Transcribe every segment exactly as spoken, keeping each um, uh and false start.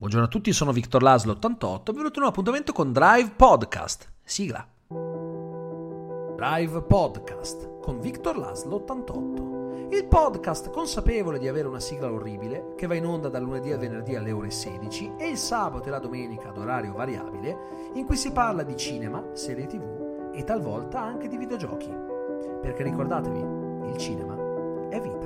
Buongiorno a tutti, sono Victor Laszlo ottantotto, benvenuti in un appuntamento con Drive Podcast. Sigla. Drive Podcast con Victor Laszlo ottantotto. Il podcast consapevole di avere una sigla orribile che va in onda dal lunedì al venerdì alle ore sedici e il sabato e la domenica ad orario variabile, in cui si parla di cinema, serie tv e talvolta anche di videogiochi. Perché ricordatevi, il cinema è vita.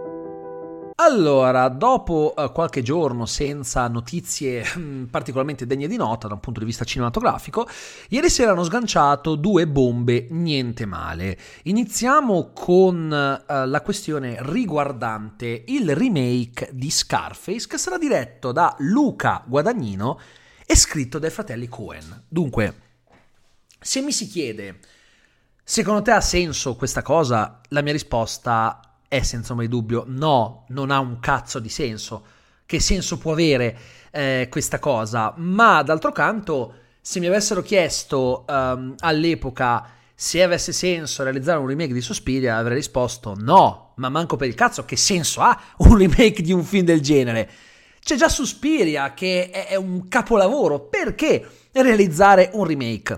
Allora, dopo uh, qualche giorno senza notizie mh, particolarmente degne di nota da un punto di vista cinematografico, ieri sera hanno sganciato due bombe niente male. Iniziamo con uh, la questione riguardante il remake di Scarface, che sarà diretto da Luca Guadagnino e scritto dai fratelli Coen. Dunque, se mi si chiede, secondo te ha senso questa cosa? La mia risposta è senza ombra di dubbio no, non ha un cazzo di senso. Che senso può avere eh, questa cosa? Ma d'altro canto, se mi avessero chiesto um, all'epoca se avesse senso realizzare un remake di Suspiria, avrei risposto no, ma manco per il cazzo. Che senso ha un remake di un film del genere? C'è già Suspiria che è, è un capolavoro, perché realizzare un remake?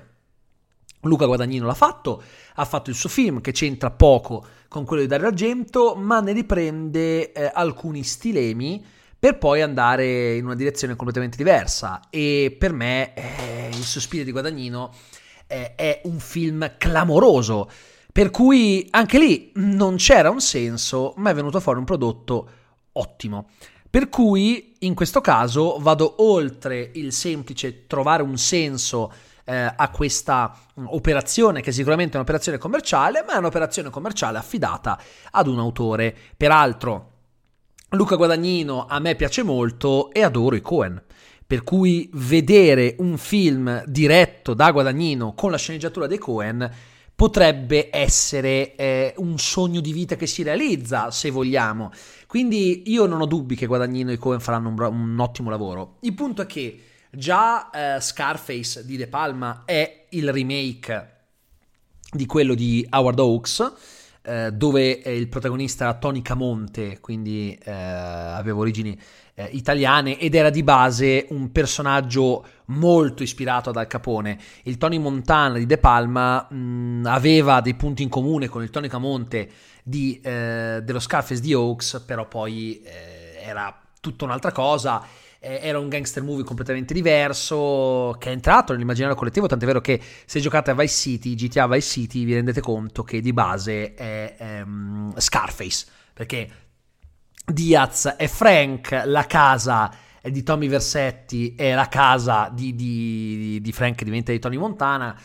Luca Guadagnino l'ha fatto, ha fatto il suo film che c'entra poco con quello di Dario Argento, ma ne riprende eh, alcuni stilemi per poi andare in una direzione completamente diversa. E per me eh, il Suspiria di Guadagnino eh, è un film clamoroso, per cui anche lì non c'era un senso, ma è venuto fuori un prodotto ottimo. Per cui in questo caso vado oltre il semplice trovare un senso Eh, a questa mh, operazione, che sicuramente è un'operazione commerciale, ma è un'operazione commerciale affidata ad un autore. Peraltro Luca Guadagnino a me piace molto e adoro i Coen, per cui vedere un film diretto da Guadagnino con la sceneggiatura dei Coen potrebbe essere eh, un sogno di vita che si realizza, se vogliamo. Quindi io non ho dubbi che Guadagnino e i Coen faranno un, un ottimo lavoro. Il punto è che già eh, Scarface di De Palma è il remake di quello di Howard Hawks, eh, dove eh, il protagonista era Tony Camonte, quindi eh, aveva origini eh, italiane ed era di base un personaggio molto ispirato ad Al Capone. Il Tony Montana di De Palma mh, aveva dei punti in comune con il Tony Camonte di, eh, dello Scarface di Hawks, però poi eh, era tutta un'altra cosa. Era un gangster movie completamente diverso che è entrato nell'immaginario collettivo, tant'è vero che se giocate a Vice City, G T A Vice City, vi rendete conto che di base è um, Scarface, perché Diaz è Frank, la casa di Tommy Vercetti è la casa di, di, di Frank che diventa di Tony Montana.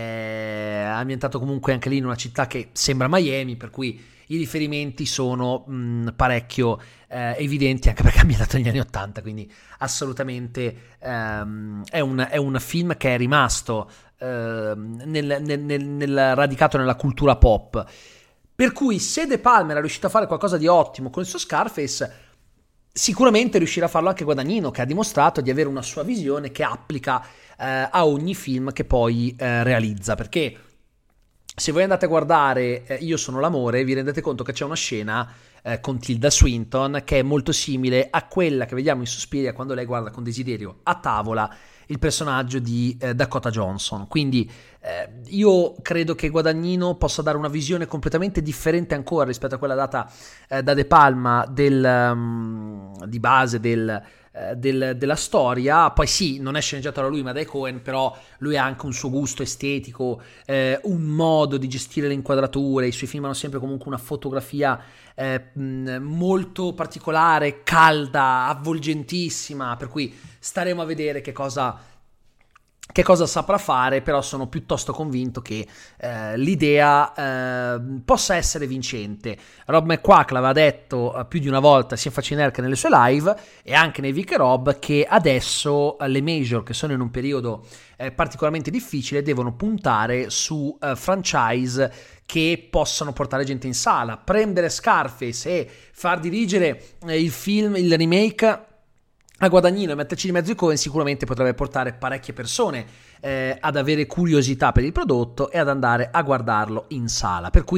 È ambientato comunque anche lì in una città che sembra Miami, per cui i riferimenti sono mh, parecchio eh, evidenti, anche perché è ambientato negli anni ottanta, quindi assolutamente ehm, è, un, è un film che è rimasto ehm, nel, nel, nel, nel, radicato nella cultura pop. Per cui se De Palma era riuscito a fare qualcosa di ottimo con il suo Scarface, sicuramente riuscirà a farlo anche Guadagnino, che ha dimostrato di avere una sua visione che applica eh, a ogni film che poi eh, realizza, perché se voi andate a guardare eh, Io sono l'amore, vi rendete conto che c'è una scena eh, con Tilda Swinton che è molto simile a quella che vediamo in Suspiria quando lei guarda con desiderio a tavola il personaggio di eh, Dakota Johnson. Quindi eh, io credo che Guadagnino possa dare una visione completamente differente ancora rispetto a quella data eh, da De Palma del, um, di base del Del, della storia. Poi sì, non è sceneggiato da lui ma dai Coen, però lui ha anche un suo gusto estetico, eh, un modo di gestire le inquadrature. I suoi film hanno sempre comunque una fotografia eh, molto particolare, calda, avvolgentissima, per cui staremo a vedere che cosa che cosa saprà fare, però sono piuttosto convinto che eh, l'idea eh, possa essere vincente. Rob McQuack l'aveva detto eh, più di una volta sia in Faciner che nelle sue live e anche nei Vic e Rob, che adesso eh, le major, che sono in un periodo eh, particolarmente difficile, devono puntare su eh, franchise che possano portare gente in sala. Prendere Scarface e far dirigere eh, il film, il remake a Guadagnino e metterci di mezzo i Coen sicuramente potrebbe portare parecchie persone eh, ad avere curiosità per il prodotto e ad andare a guardarlo in sala. Per cui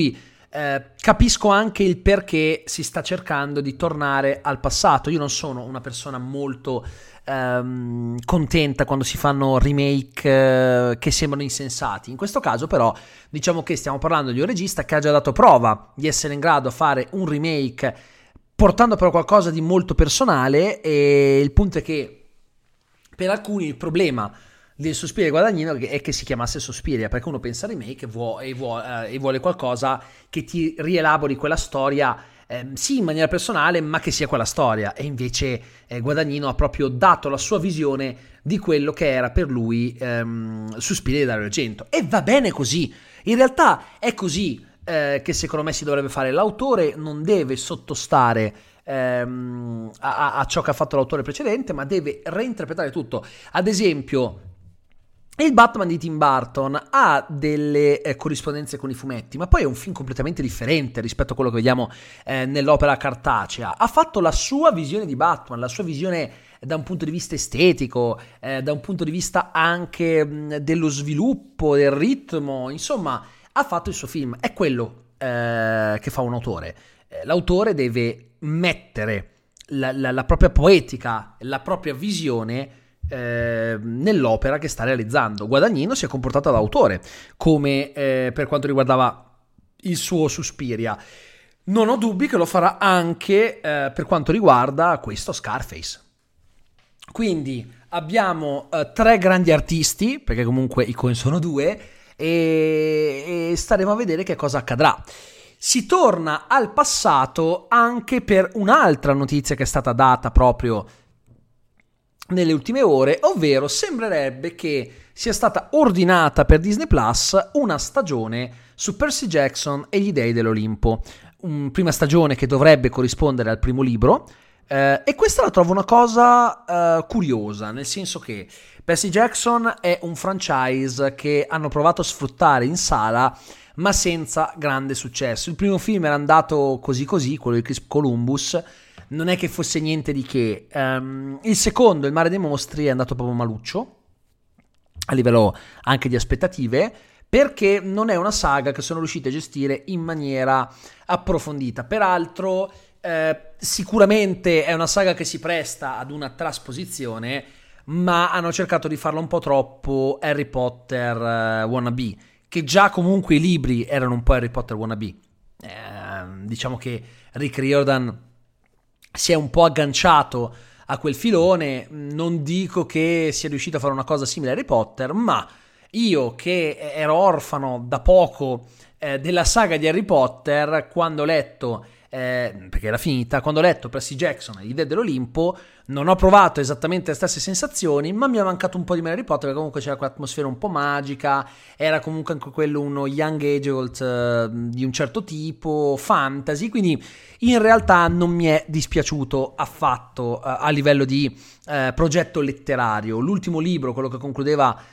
eh, capisco anche il perché si sta cercando di tornare al passato. Io non sono una persona molto ehm, contenta quando si fanno remake eh, che sembrano insensati. In questo caso però diciamo che stiamo parlando di un regista che ha già dato prova di essere in grado a fare un remake portando però qualcosa di molto personale, e il punto è che per alcuni il problema del Suspiria e Guadagnino è che si chiamasse Suspiria, perché uno pensa a remake e vuole, e vuole, e vuole qualcosa che ti rielabori quella storia, eh, sì in maniera personale, ma che sia quella storia, e invece eh, Guadagnino ha proprio dato la sua visione di quello che era per lui ehm, Suspiria di Dario Argento, e va bene così, in realtà è così eh, che secondo me si dovrebbe fare. L'autore non deve sottostare ehm, a, a ciò che ha fatto l'autore precedente, ma deve reinterpretare tutto. Ad esempio, il Batman di Tim Burton ha delle eh, corrispondenze con i fumetti, ma poi è un film completamente differente rispetto a quello che vediamo eh, nell'opera cartacea. Ha fatto la sua visione di Batman, la sua visione da un punto di vista estetico, eh, da un punto di vista anche mh, dello sviluppo, del ritmo, insomma, ha fatto il suo film. È quello eh, che fa un autore. Eh, l'autore deve mettere la, la, la propria poetica, la propria visione Eh, nell'opera che sta realizzando. Guadagnino si è comportato da autore, come eh, per quanto riguardava il suo Suspiria. Non ho dubbi che lo farà anche eh, per quanto riguarda questo Scarface. Quindi abbiamo eh, tre grandi artisti, perché comunque i Coen sono due, e, e staremo a vedere che cosa accadrà. Si torna al passato anche per un'altra notizia che è stata data proprio nelle ultime ore, ovvero sembrerebbe che sia stata ordinata per Disney Plus una stagione su Percy Jackson e gli Dei dell'Olimpo, una prima stagione che dovrebbe corrispondere al primo libro, eh, e questa la trovo una cosa eh, curiosa, nel senso che Percy Jackson è un franchise che hanno provato a sfruttare in sala ma senza grande successo. Il primo film era andato così così, quello di Chris Columbus, non è che fosse niente di che. Um, il secondo, Il mare dei mostri, è andato proprio maluccio, a livello anche di aspettative, perché non è una saga che sono riusciti a gestire in maniera approfondita. Peraltro, eh, sicuramente è una saga che si presta ad una trasposizione, ma hanno cercato di farla un po' troppo Harry Potter uh, wannabe, che già comunque i libri erano un po' Harry Potter wannabe. Eh, diciamo che Rick Riordan si è un po' agganciato a quel filone. Non dico che sia riuscito a fare una cosa simile a Harry Potter, ma io che ero orfano da poco eh, della saga di Harry Potter, quando ho letto, eh, perché era finita, quando ho letto Percy Jackson e gli Dei dell'Olimpo, non ho provato esattamente le stesse sensazioni, ma mi è mancato un po' di meno Harry Potter, perché comunque c'era quell'atmosfera un po' magica, era comunque anche quello uno young adult eh, di un certo tipo, fantasy, quindi in realtà non mi è dispiaciuto affatto eh, a livello di eh, progetto letterario. L'ultimo libro, quello che concludeva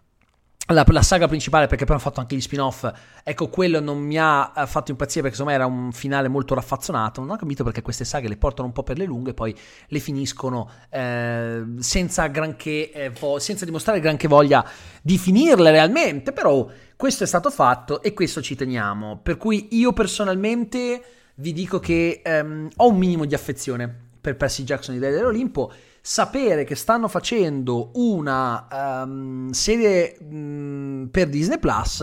La, la saga principale, perché poi hanno fatto anche gli spin-off, ecco, quello non mi ha fatto impazzire, perché secondo me era un finale molto raffazzonato. Non ho capito perché queste saghe le portano un po' per le lunghe e poi le finiscono eh, senza granché eh, vo- senza dimostrare granché voglia di finirle realmente. Però questo è stato fatto e questo ci teniamo, per cui io personalmente vi dico che ehm, ho un minimo di affezione per Percy Jackson e i Dei dell'Olimpo. Sapere che stanno facendo una um, serie um, per Disney Plus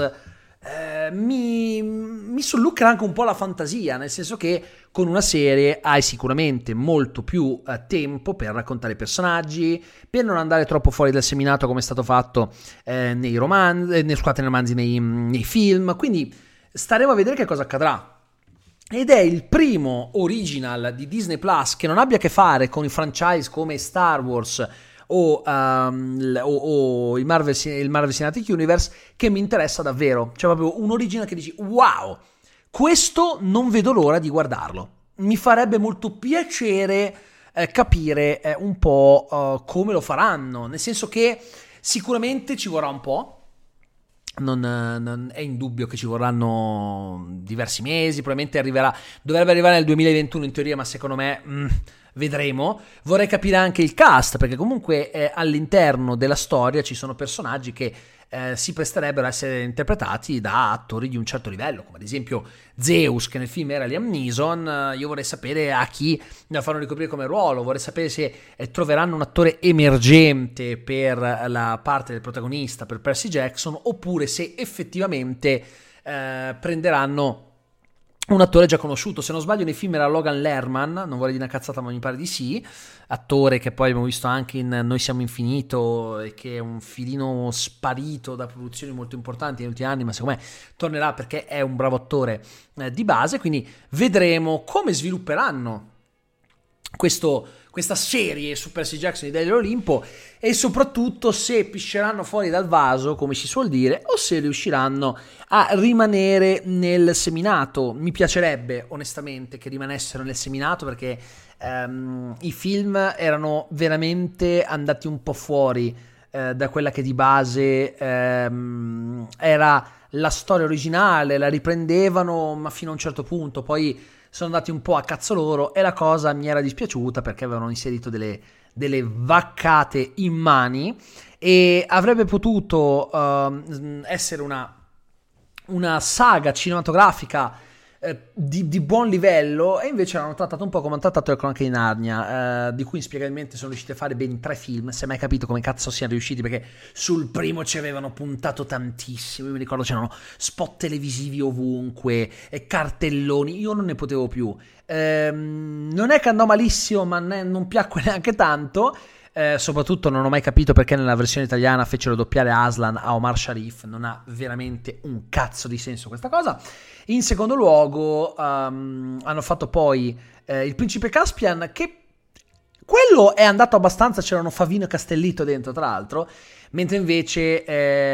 eh, mi, mi sollucra anche un po' la fantasia, nel senso che con una serie hai sicuramente molto più eh, tempo per raccontare i personaggi, per non andare troppo fuori dal seminato come è stato fatto eh, nei romanzi, eh, nei, scusate, nei romanzi, nei, nei film, quindi staremo a vedere che cosa accadrà. Ed è il primo original di Disney Plus che non abbia a che fare con i franchise come Star Wars o, um, o, o il, Marvel, il Marvel Cinematic Universe che mi interessa davvero. Cioè proprio un original che dici wow, questo non vedo l'ora di guardarlo. Mi farebbe molto piacere eh, capire eh, un po' uh, come lo faranno, nel senso che sicuramente ci vorrà un po'. Non, non è indubbio che ci vorranno diversi mesi, probabilmente arriverà, dovrebbe arrivare nel duemilaventuno in teoria, ma secondo me mh, vedremo. Vorrei capire anche il cast, perché comunque eh, all'interno della storia ci sono personaggi che eh, si presterebbero a essere interpretati da attori di un certo livello, come ad esempio Zeus, che nel film era Liam Neeson. Io vorrei sapere a chi la fanno ricoprire come ruolo, vorrei sapere se eh, troveranno un attore emergente per la parte del protagonista, per Percy Jackson, oppure se effettivamente eh, prenderanno un attore già conosciuto. Se non sbaglio nei film era Logan Lerman, non vorrei dire una cazzata ma mi pare di sì, attore che poi abbiamo visto anche in Noi siamo infinito e che è un filino sparito da produzioni molto importanti negli ultimi anni, ma secondo me tornerà perché è un bravo attore eh, di base. Quindi vedremo come svilupperanno questo, questa serie su Percy Jackson e dell'Olimpo, e soprattutto se pisceranno fuori dal vaso, come si suol dire, o se riusciranno a rimanere nel seminato. Mi piacerebbe onestamente che rimanessero nel seminato, perché um, i film erano veramente andati un po' fuori eh, da quella che di base ehm, era la storia originale, la riprendevano ma fino a un certo punto, poi sono andati un po' a cazzo loro, e la cosa mi era dispiaciuta perché avevano inserito delle, delle vaccate in mani, e avrebbe potuto uh, essere una, una saga cinematografica eh, di, di buon livello, e invece l'hanno trattato un po' come hanno trattato le Cronache di Narnia, eh, di cui inspiegabilmente sono riusciti a fare ben tre film. Si è mai capito come cazzo siano riusciti, perché sul primo ci avevano puntato tantissimo. Io mi ricordo c'erano spot televisivi ovunque, e cartelloni, io non ne potevo più. Ehm, non è che andò malissimo, ma ne, non piacque neanche tanto. Eh, soprattutto non ho mai capito perché nella versione italiana fecero doppiare Aslan a Omar Sharif. Non ha veramente un cazzo di senso questa cosa. In secondo luogo um, hanno fatto poi eh, Il Principe Caspian, che quello è andato abbastanza, c'erano Favino e Castellitto dentro tra l'altro, mentre invece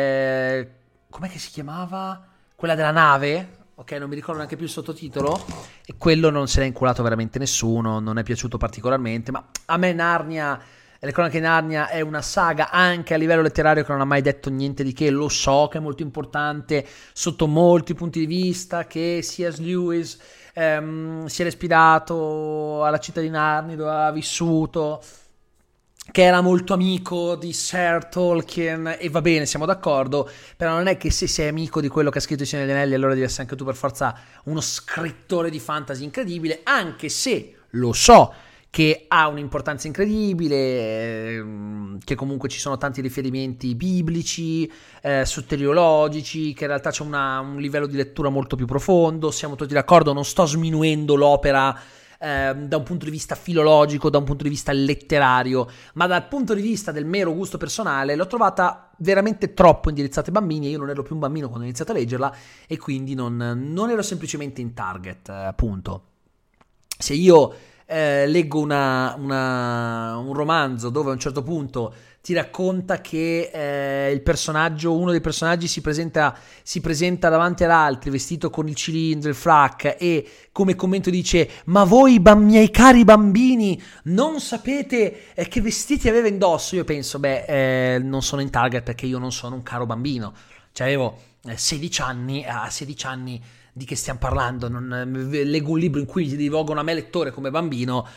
eh, com'è che si chiamava? Quella della nave? Ok, non mi ricordo neanche più il sottotitolo, e quello non se l'è inculato veramente nessuno, non è piaciuto particolarmente. Ma a me Narnia, Le Cronache di Narnia è una saga anche a livello letterario che non ha mai detto niente di che. Lo so che è molto importante sotto molti punti di vista, che C S. Lewis ehm, si era ispirato alla città di Narnia dove aveva vissuto, che era molto amico di Sir Tolkien, e va bene, siamo d'accordo, però non è che se sei amico di quello che ha scritto Il Signore degli Anelli allora devi essere anche tu per forza uno scrittore di fantasy incredibile, anche se lo so che ha un'importanza incredibile, ehm, che comunque ci sono tanti riferimenti biblici, eh, soteriologici, che in realtà c'è una, un livello di lettura molto più profondo. Siamo tutti d'accordo, non sto sminuendo l'opera eh, da un punto di vista filologico, da un punto di vista letterario, ma dal punto di vista del mero gusto personale l'ho trovata veramente troppo indirizzata ai bambini, e io non ero più un bambino quando ho iniziato a leggerla, e quindi non, non ero semplicemente in target, eh, appunto. Se io Eh, leggo una, una, un romanzo dove a un certo punto ti racconta che eh, il personaggio, uno dei personaggi si presenta, si presenta davanti ad altri vestito con il cilindro, il frac, e come commento dice: ma voi bam- miei cari bambini non sapete eh, che vestiti aveva indosso. Io penso, beh, eh, non sono in target perché io non sono un caro bambino, cioè avevo eh, sedici anni, a sedici anni di che stiamo parlando? Non, leggo un libro in cui ti rivolgono a me lettore come bambino,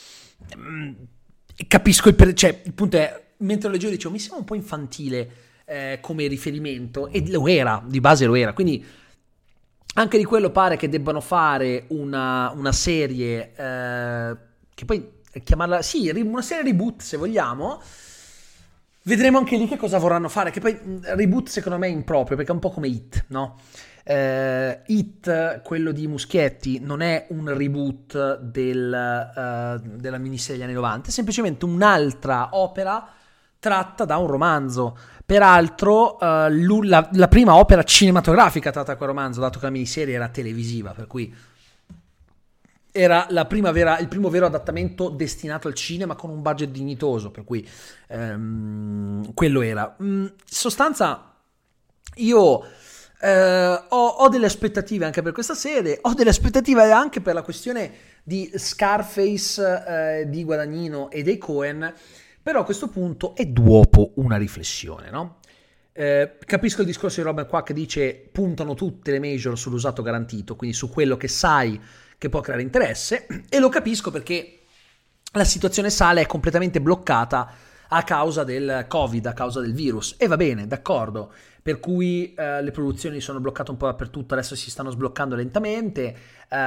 capisco il per, cioè il punto è, mentre lo leggevo dicevo mi sembra un po' infantile eh, come riferimento, e lo era, di base lo era, quindi anche di quello pare che debbano fare una, una serie eh, che poi chiamarla, sì, una serie reboot se vogliamo. Vedremo anche lì che cosa vorranno fare, che poi reboot secondo me è improprio, perché è un po' come It, no? Uh, It, quello di Muschietti, non è un reboot del, uh, della miniserie degli anni novanta, è semplicemente un'altra opera tratta da un romanzo. Peraltro uh, la, la prima opera cinematografica tratta da quel romanzo, dato che la miniserie era televisiva, per cui era la prima vera, il primo vero adattamento destinato al cinema con un budget dignitoso, per cui um, quello era. In sostanza io Uh, ho, ho delle aspettative anche per questa serie, ho delle aspettative anche per la questione di Scarface, uh, di Guadagnino e dei Coen, però a questo punto è dopo una riflessione, no? Uh, capisco il discorso di Robert qua che dice puntano tutte le major sull'usato garantito, quindi su quello che sai che può creare interesse, e lo capisco perché la situazione sale è completamente bloccata a causa del Covid, a causa del virus. E va bene, d'accordo. Per cui eh, le produzioni sono bloccate un po' dappertutto, adesso si stanno sbloccando lentamente,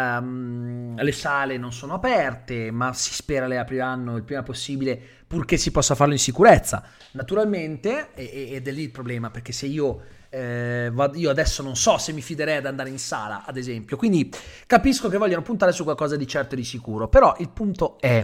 ehm, le sale non sono aperte, ma si spera le apriranno il prima possibile, purché si possa farlo in sicurezza. Naturalmente, e, ed è lì il problema, perché se io, eh, vado, io adesso non so se mi fiderei ad andare in sala, ad esempio, quindi capisco che vogliono puntare su qualcosa di certo e di sicuro, però il punto è,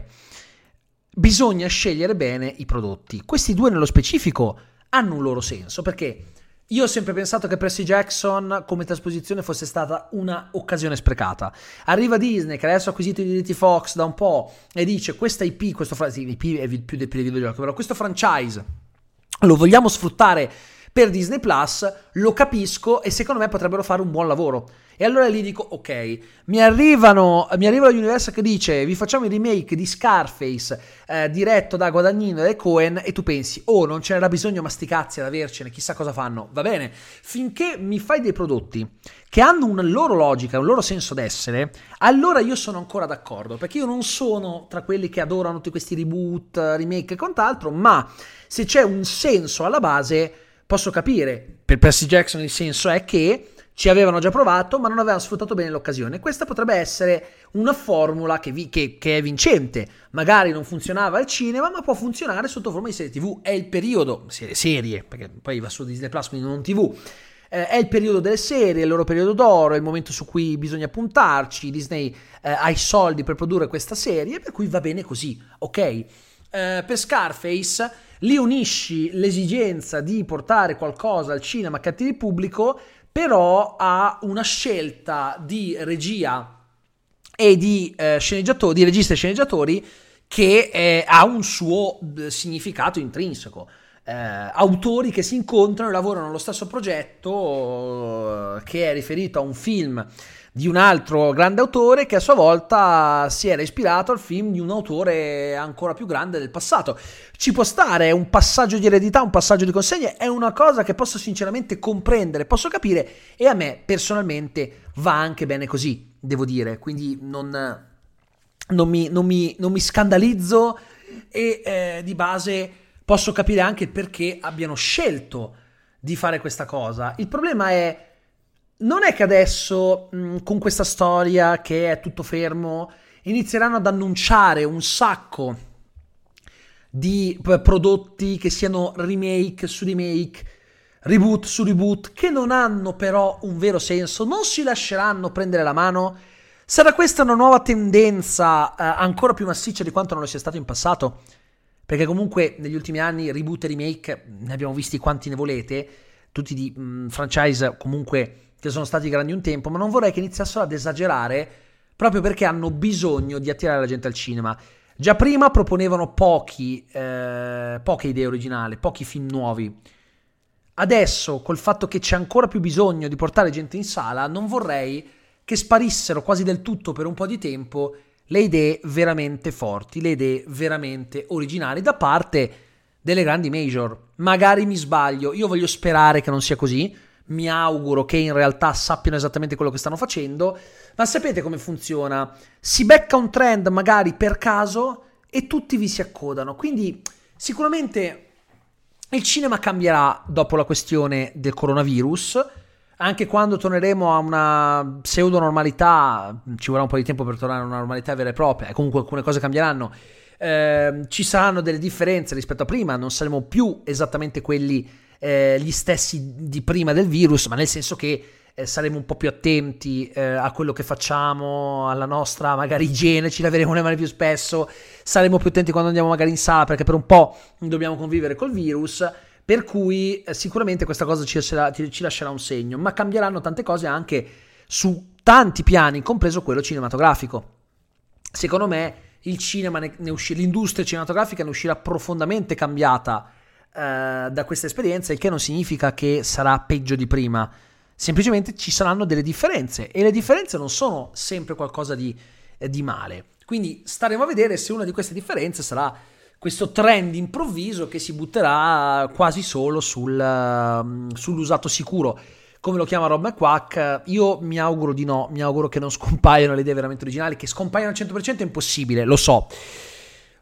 bisogna scegliere bene i prodotti. Questi due nello specifico hanno un loro senso, perché io ho sempre pensato che Percy Jackson come trasposizione fosse stata una occasione sprecata. Arriva Disney, che adesso ha acquisito i diritti Fox da un po', e dice questa I P, questo fra- sì, I P è più dei videogiochi, però questo franchise lo vogliamo sfruttare per Disney Plus, lo capisco e secondo me potrebbero fare un buon lavoro. E allora lì dico, ok, mi arrivano, mi arriva Universal che dice vi facciamo il remake di Scarface eh, diretto da Guadagnino e Coen, e tu pensi, oh, non ce n'era bisogno, ma sti cazzi ad avercene, chissà cosa fanno. Va bene, finché mi fai dei prodotti che hanno una loro logica, un loro senso d'essere, allora io sono ancora d'accordo, perché io non sono tra quelli che adorano tutti questi reboot, remake e quant'altro, ma se c'è un senso alla base posso capire. Per Percy Jackson il senso è che ci avevano già provato, ma non avevano sfruttato bene l'occasione. Questa potrebbe essere una formula che, vi, che, che è vincente. Magari non funzionava al cinema, ma può funzionare sotto forma di serie tivù. È il periodo, serie, serie perché poi va su Disney Plus, quindi non tivù. Eh, è il periodo delle serie, il loro periodo d'oro, è il momento su cui bisogna puntarci. Disney eh, ha i soldi per produrre questa serie, per cui va bene così, ok? Eh, per Scarface lì unisci l'esigenza di portare qualcosa al cinema che attiri il pubblico, però ha una scelta di regia e di eh, sceneggiatori, di regista e sceneggiatori che eh, ha un suo eh, significato intrinseco. Eh, autori che si incontrano e lavorano allo stesso progetto eh, che è riferito a un film di un altro grande autore che a sua volta si era ispirato al film di un autore ancora più grande del passato. Ci può stare, è un passaggio di eredità, un passaggio di consegne, è una cosa che posso sinceramente comprendere, posso capire, e a me personalmente va anche bene così, devo dire, quindi non, non, mi, non, mi, non mi scandalizzo e eh, di base posso capire anche il perché abbiano scelto di fare questa cosa. Il problema è, non è che adesso mh, con questa storia che è tutto fermo inizieranno ad annunciare un sacco di p- prodotti che siano remake su remake, reboot su reboot, che non hanno però un vero senso, non si lasceranno prendere la mano. Sarà questa una nuova tendenza eh, ancora più massiccia di quanto non lo sia stato in passato? Perché comunque negli ultimi anni reboot e remake ne abbiamo visti quanti ne volete, tutti di mh, franchise comunque che sono stati grandi un tempo, ma non vorrei che iniziassero ad esagerare proprio perché hanno bisogno di attirare la gente al cinema. Già prima proponevano pochi, eh, poche idee originali, pochi film nuovi. Adesso, col fatto che c'è ancora più bisogno di portare gente in sala, non vorrei che sparissero quasi del tutto per un po' di tempo le idee veramente forti, le idee veramente originali da parte delle grandi major. Magari mi sbaglio, io voglio sperare che non sia così, mi auguro che in realtà sappiano esattamente quello che stanno facendo, ma sapete come funziona? Si becca un trend magari per caso e tutti vi si accodano, quindi sicuramente il cinema cambierà dopo la questione del coronavirus, anche quando torneremo a una pseudo normalità, ci vorrà un po' di tempo per tornare a una normalità vera e propria, e comunque alcune cose cambieranno, eh, ci saranno delle differenze rispetto a prima, non saremo più esattamente quelli Eh, gli stessi di prima del virus, ma nel senso che eh, saremo un po' più attenti eh, a quello che facciamo, alla nostra magari igiene, ci laveremo le mani più spesso, saremo più attenti quando andiamo magari in sala perché per un po' dobbiamo convivere col virus, per cui eh, sicuramente questa cosa ci lascerà, ci lascerà un segno, ma cambieranno tante cose anche su tanti piani, compreso quello cinematografico. Secondo me il cinema ne, ne uscirà, l'industria cinematografica ne uscirà profondamente cambiata Uh, da questa esperienza, il che non significa che sarà peggio di prima, semplicemente ci saranno delle differenze e le differenze non sono sempre qualcosa di, eh, di male, quindi staremo a vedere se una di queste differenze sarà questo trend improvviso che si butterà quasi solo sul, uh, sull'usato sicuro, come lo chiama Rob McQuack. Io mi auguro di no, mi auguro che non scompaiano le idee veramente originali, che scompaiano al cento per cento è impossibile, lo so.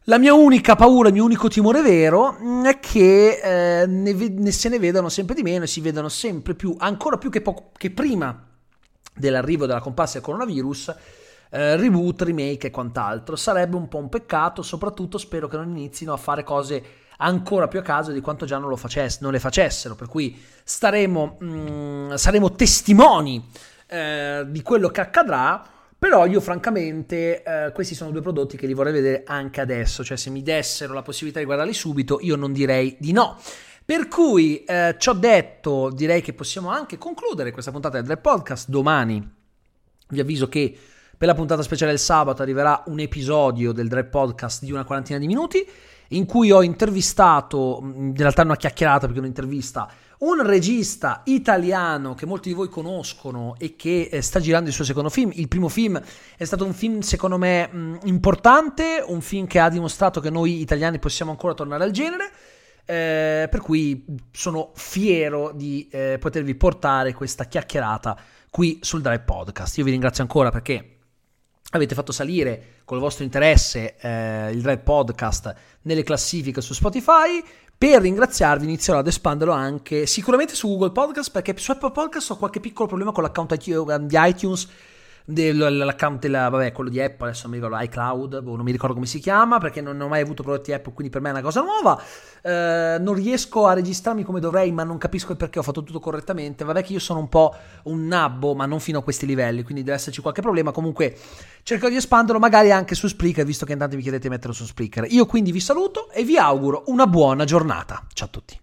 La mia unica paura, il mio unico timore vero è che eh, ne, ne se ne vedano sempre di meno e si vedano sempre più, ancora più che, po- che prima dell'arrivo della comparsa del coronavirus, eh, reboot, remake e quant'altro. Sarebbe un po' un peccato, soprattutto spero che non inizino a fare cose ancora più a caso di quanto già non, lo facess- non le facessero, per cui staremo, mh, saremo testimoni eh, di quello che accadrà. Però io francamente eh, questi sono due prodotti che li vorrei vedere anche adesso, cioè se mi dessero la possibilità di guardarli subito io non direi di no. Per cui eh, ciò detto, direi che possiamo anche concludere questa puntata del Drive Podcast. Domani vi avviso che per la puntata speciale del sabato arriverà un episodio del Drive Podcast di una quarantina di minuti in cui ho intervistato, in realtà una chiacchierata perché un'intervista, un regista italiano che molti di voi conoscono e che eh, sta girando il suo secondo film. Il primo film è stato un film secondo me mh, importante, un film che ha dimostrato che noi italiani possiamo ancora tornare al genere, eh, per cui sono fiero di eh, potervi portare questa chiacchierata qui sul Drive Podcast. Io vi ringrazio ancora perché avete fatto salire col vostro interesse eh, il Drive Podcast nelle classifiche su Spotify. Per ringraziarvi inizierò ad espanderlo anche sicuramente su Google Podcast, perché su Apple Podcast ho qualche piccolo problema con l'account di iTunes, dell'account della, vabbè, quello di Apple, adesso non mi ricordo, iCloud, boh, non mi ricordo come si chiama, perché non, non ho mai avuto prodotti Apple, quindi per me è una cosa nuova. Eh, non riesco a registrarmi come dovrei, ma non capisco il perché, ho fatto tutto correttamente. Vabbè che io sono un po' un nabbo, ma non fino a questi livelli, quindi deve esserci qualche problema. Comunque cerco di espanderlo magari anche su Spreaker, visto che intanto mi chiedete di metterlo su Spreaker. Io quindi vi saluto e vi auguro una buona giornata. Ciao a tutti.